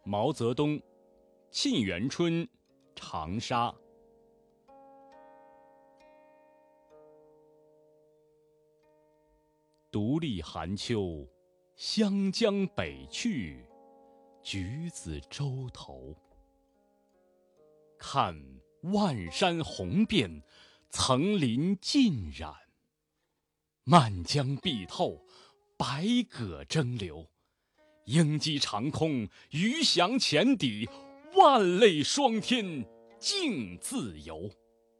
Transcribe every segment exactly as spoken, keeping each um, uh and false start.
毛泽东，沁园春，长沙。独立寒秋，湘江北去，橘子洲头。看万山红遍，层林尽染。漫江碧透，百舸争流。鹰击长空，鱼翔浅底，万类霜天竞自由。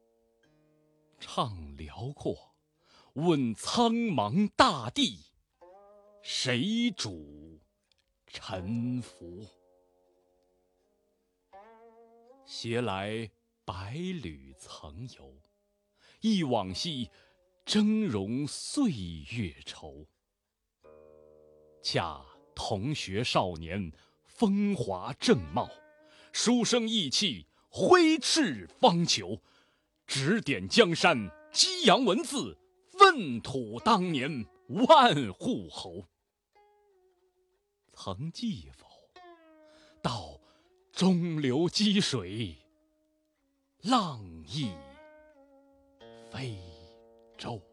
怅辽阔，问苍茫大地，谁主沉浮？携来百侣曾游，忆往昔，峥嵘岁月稠。恰同学少年，风华正茂，书生意气，挥斥方遒。指点江山，激扬文字，粪土当年万户侯。曾记否？到中流击水，浪迹非洲。